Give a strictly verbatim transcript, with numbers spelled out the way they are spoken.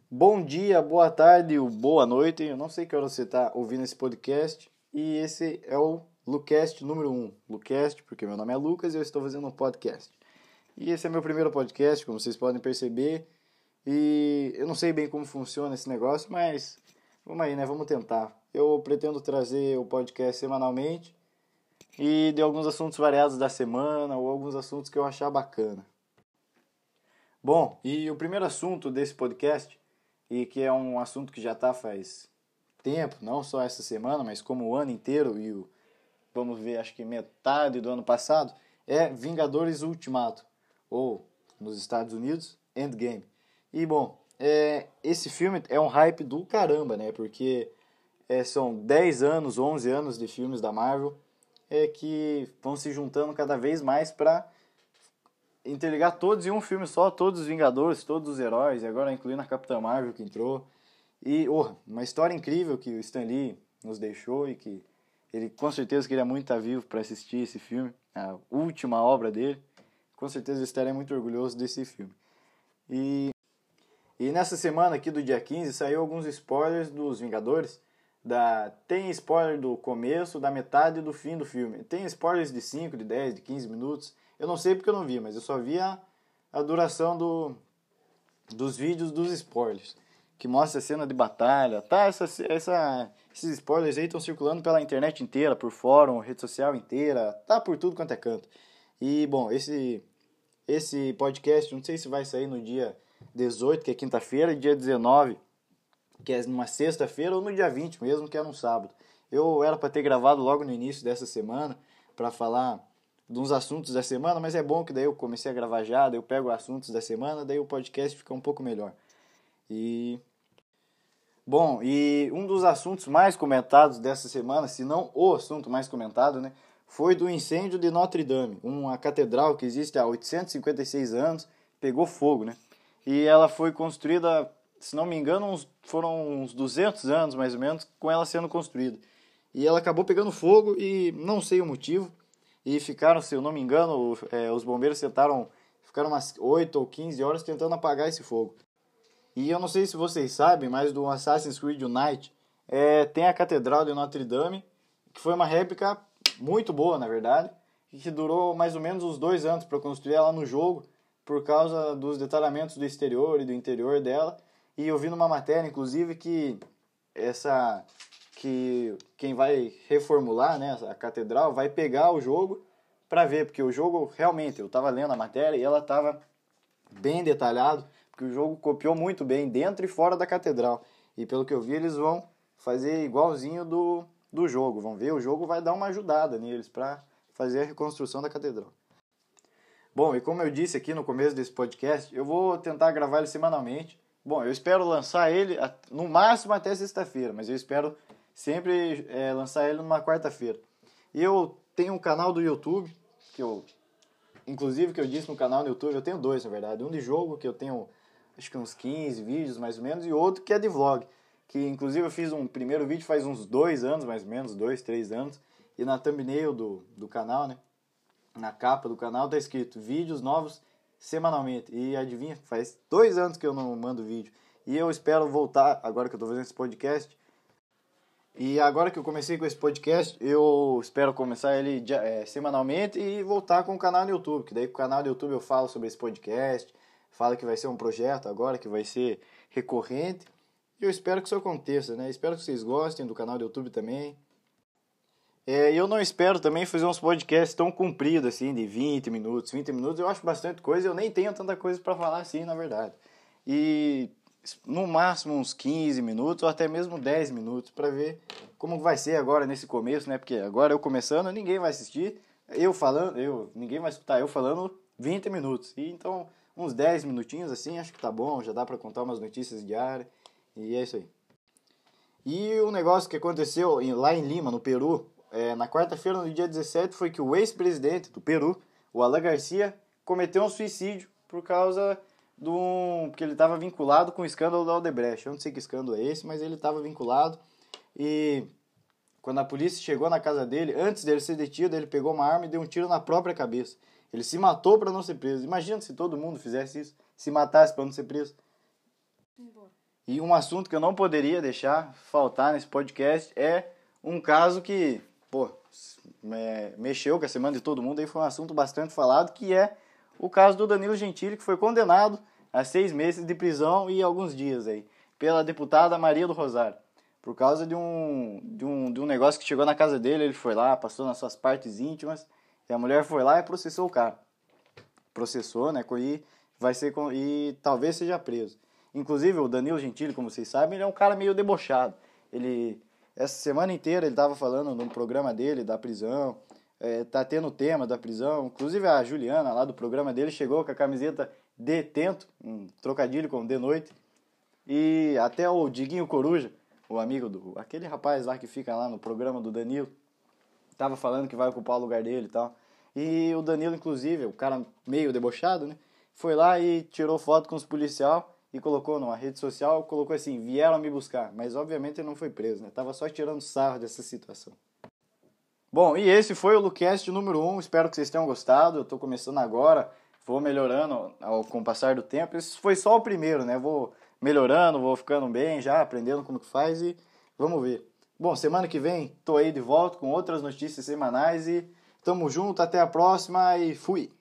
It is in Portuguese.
Bom dia, boa tarde, boa noite. Eu não sei que hora você está ouvindo esse podcast. E esse é o Lucast número um. Lucast, porque meu nome é Lucas e eu estou fazendo um podcast. E esse é meu primeiro podcast, como vocês podem perceber. E eu não sei bem como funciona esse negócio, mas vamos aí, né? Vamos tentar. Eu pretendo trazer o podcast semanalmente e de alguns assuntos variados da semana ou alguns assuntos que eu achar bacana. Bom, e o primeiro assunto desse podcast, e que é um assunto que já está faz tempo, não só essa semana, mas como o ano inteiro e o, vamos ver, acho que metade do ano passado, é Vingadores Ultimato, ou nos Estados Unidos, Endgame. E bom, é, esse filme é um hype do caramba, né? Porque é, são dez anos, onze anos de filmes da Marvel é, que vão se juntando cada vez mais para interligar todos em um filme só, todos os Vingadores, todos os heróis, e agora incluindo a Capitã Marvel que entrou. E, oh, uma história incrível que o Stan Lee nos deixou e que ele com certeza queria muito estar vivo para assistir esse filme, a última obra dele. Com certeza eu estarei muito orgulhoso desse filme. E, e nessa semana aqui do dia quinze saiu alguns spoilers dos Vingadores. Da, tem spoiler do começo, da metade e do fim do filme. Tem spoilers de cinco, de dez, de quinze minutos. Eu não sei porque eu não vi, mas eu só vi a, a duração do, dos vídeos dos spoilers, que mostra a cena de batalha. Tá, essa, essa, esses spoilers aí estão circulando pela internet inteira, por fórum, rede social inteira, tá por tudo quanto é canto. E, bom, esse, esse podcast, não sei se vai sair no dia dezoito, que é quinta-feira, e dia dezenove, que é numa sexta-feira, ou no dia vinte mesmo, que é num sábado. Eu era para ter gravado logo no início dessa semana, para falar de uns assuntos da semana, mas é bom que daí eu comecei a gravar já, daí eu pego assuntos da semana, daí o podcast fica um pouco melhor. E bom, e um dos assuntos mais comentados dessa semana, se não o assunto mais comentado, né, foi do incêndio de Notre Dame, uma catedral que existe há oitocentos e cinquenta e seis anos, pegou fogo, né? E ela foi construída, se não me engano, uns, foram uns duzentos anos mais ou menos com ela sendo construída. E ela acabou pegando fogo e não sei o motivo. E ficaram, se eu não me engano, é, os bombeiros tentaram, ficaram umas oito ou quinze horas tentando apagar esse fogo. E eu não sei se vocês sabem, mas do Assassin's Creed Unite é, tem a Catedral de Notre Dame, que foi uma réplica muito boa, na verdade, e que durou mais ou menos uns dois anos para construir ela no jogo, por causa dos detalhamentos do exterior e do interior dela. E eu vi numa matéria, inclusive, que essa... que quem vai reformular, né, a catedral vai pegar o jogo para ver, porque o jogo realmente, eu estava lendo a matéria e ela estava bem detalhado, porque o jogo copiou muito bem dentro e fora da catedral. E pelo que eu vi, eles vão fazer igualzinho do, do jogo, vão ver, o jogo vai dar uma ajudada neles para fazer a reconstrução da catedral. Bom, e como eu disse aqui no começo desse podcast, eu vou tentar gravar ele semanalmente. Bom, eu espero lançar ele no máximo até sexta-feira, mas eu espero sempre é, lançar ele numa quarta-feira. E eu tenho um canal do YouTube, que eu, inclusive que eu disse no canal do YouTube, eu tenho dois na verdade. Um de jogo, que eu tenho acho que uns quinze vídeos mais ou menos, e outro que é de vlog, que inclusive eu fiz um primeiro vídeo faz uns dois anos mais ou menos, dois, três anos, e na thumbnail do, do canal, né, na capa do canal tá escrito vídeos novos semanalmente. E adivinha, faz dois anos que eu não mando vídeo. E eu espero voltar, agora que eu tô fazendo esse podcast. E agora que eu comecei com esse podcast, eu espero começar ele é, semanalmente e voltar com o canal no YouTube. Que daí com o canal do YouTube eu falo sobre esse podcast, falo que vai ser um projeto agora, que vai ser recorrente. E eu espero que isso aconteça, né? Espero que vocês gostem do canal do YouTube também. É, eu não espero também fazer uns podcasts tão compridos assim, de vinte minutos. vinte minutos eu acho bastante coisa, eu nem tenho tanta coisa para falar assim, na verdade. E no máximo uns quinze minutos ou até mesmo dez minutos para ver como vai ser agora nesse começo, né? Porque agora eu começando, ninguém vai assistir, eu falando, eu, ninguém vai escutar eu falando vinte minutos. E então uns dez minutinhos assim, acho que tá bom, já dá para contar umas notícias diárias e é isso aí. E o negócio que aconteceu lá em Lima, no Peru, é, na quarta-feira, no dia dezessete, foi que o ex-presidente do Peru, o Alan Garcia, cometeu um suicídio por causa de um... porque ele estava vinculado com o escândalo da Odebrecht. Eu não sei que escândalo é esse, mas ele estava vinculado. E quando a polícia chegou na casa dele, antes dele ser detido, ele pegou uma arma e deu um tiro na própria cabeça. Ele se matou para não ser preso. Imagina se todo mundo fizesse isso, se matasse para não ser preso. E um assunto que eu não poderia deixar faltar nesse podcast é um caso que, pô, mexeu com a semana de todo mundo, aí foi um assunto bastante falado, que é o caso do Danilo Gentili, que foi condenado a seis meses de prisão e alguns dias aí, pela deputada Maria do Rosário, por causa de um, de um, de um negócio que chegou na casa dele, ele foi lá, passou nas suas partes íntimas, e a mulher foi lá e processou o cara. Processou, né, e, vai ser, e talvez seja preso. Inclusive, o Danilo Gentili, como vocês sabem, ele é um cara meio debochado. Ele, essa semana inteira ele estava falando no programa dele da prisão, é, tá tendo o tema da prisão. Inclusive a Juliana, lá do programa dele, chegou com a camiseta Detento, um trocadilho com de noite. E até o Diguinho Coruja, o amigo do... aquele rapaz lá que fica lá no programa do Danilo, tava falando que vai ocupar o lugar dele e tal. E o Danilo, inclusive, o cara meio debochado, né, foi lá e tirou foto com os policiais e colocou numa rede social, colocou assim, vieram me buscar. Mas obviamente ele não foi preso, né? Tava só tirando sarro dessa situação. Bom, e esse foi o Lucast número um, espero que vocês tenham gostado. Eu tô começando agora, vou melhorando ao, com o passar do tempo. Esse foi só o primeiro, né? Vou melhorando, vou ficando bem já, aprendendo como que faz e vamos ver. Bom, semana que vem tô aí de volta com outras notícias semanais e tamo junto, até a próxima e fui!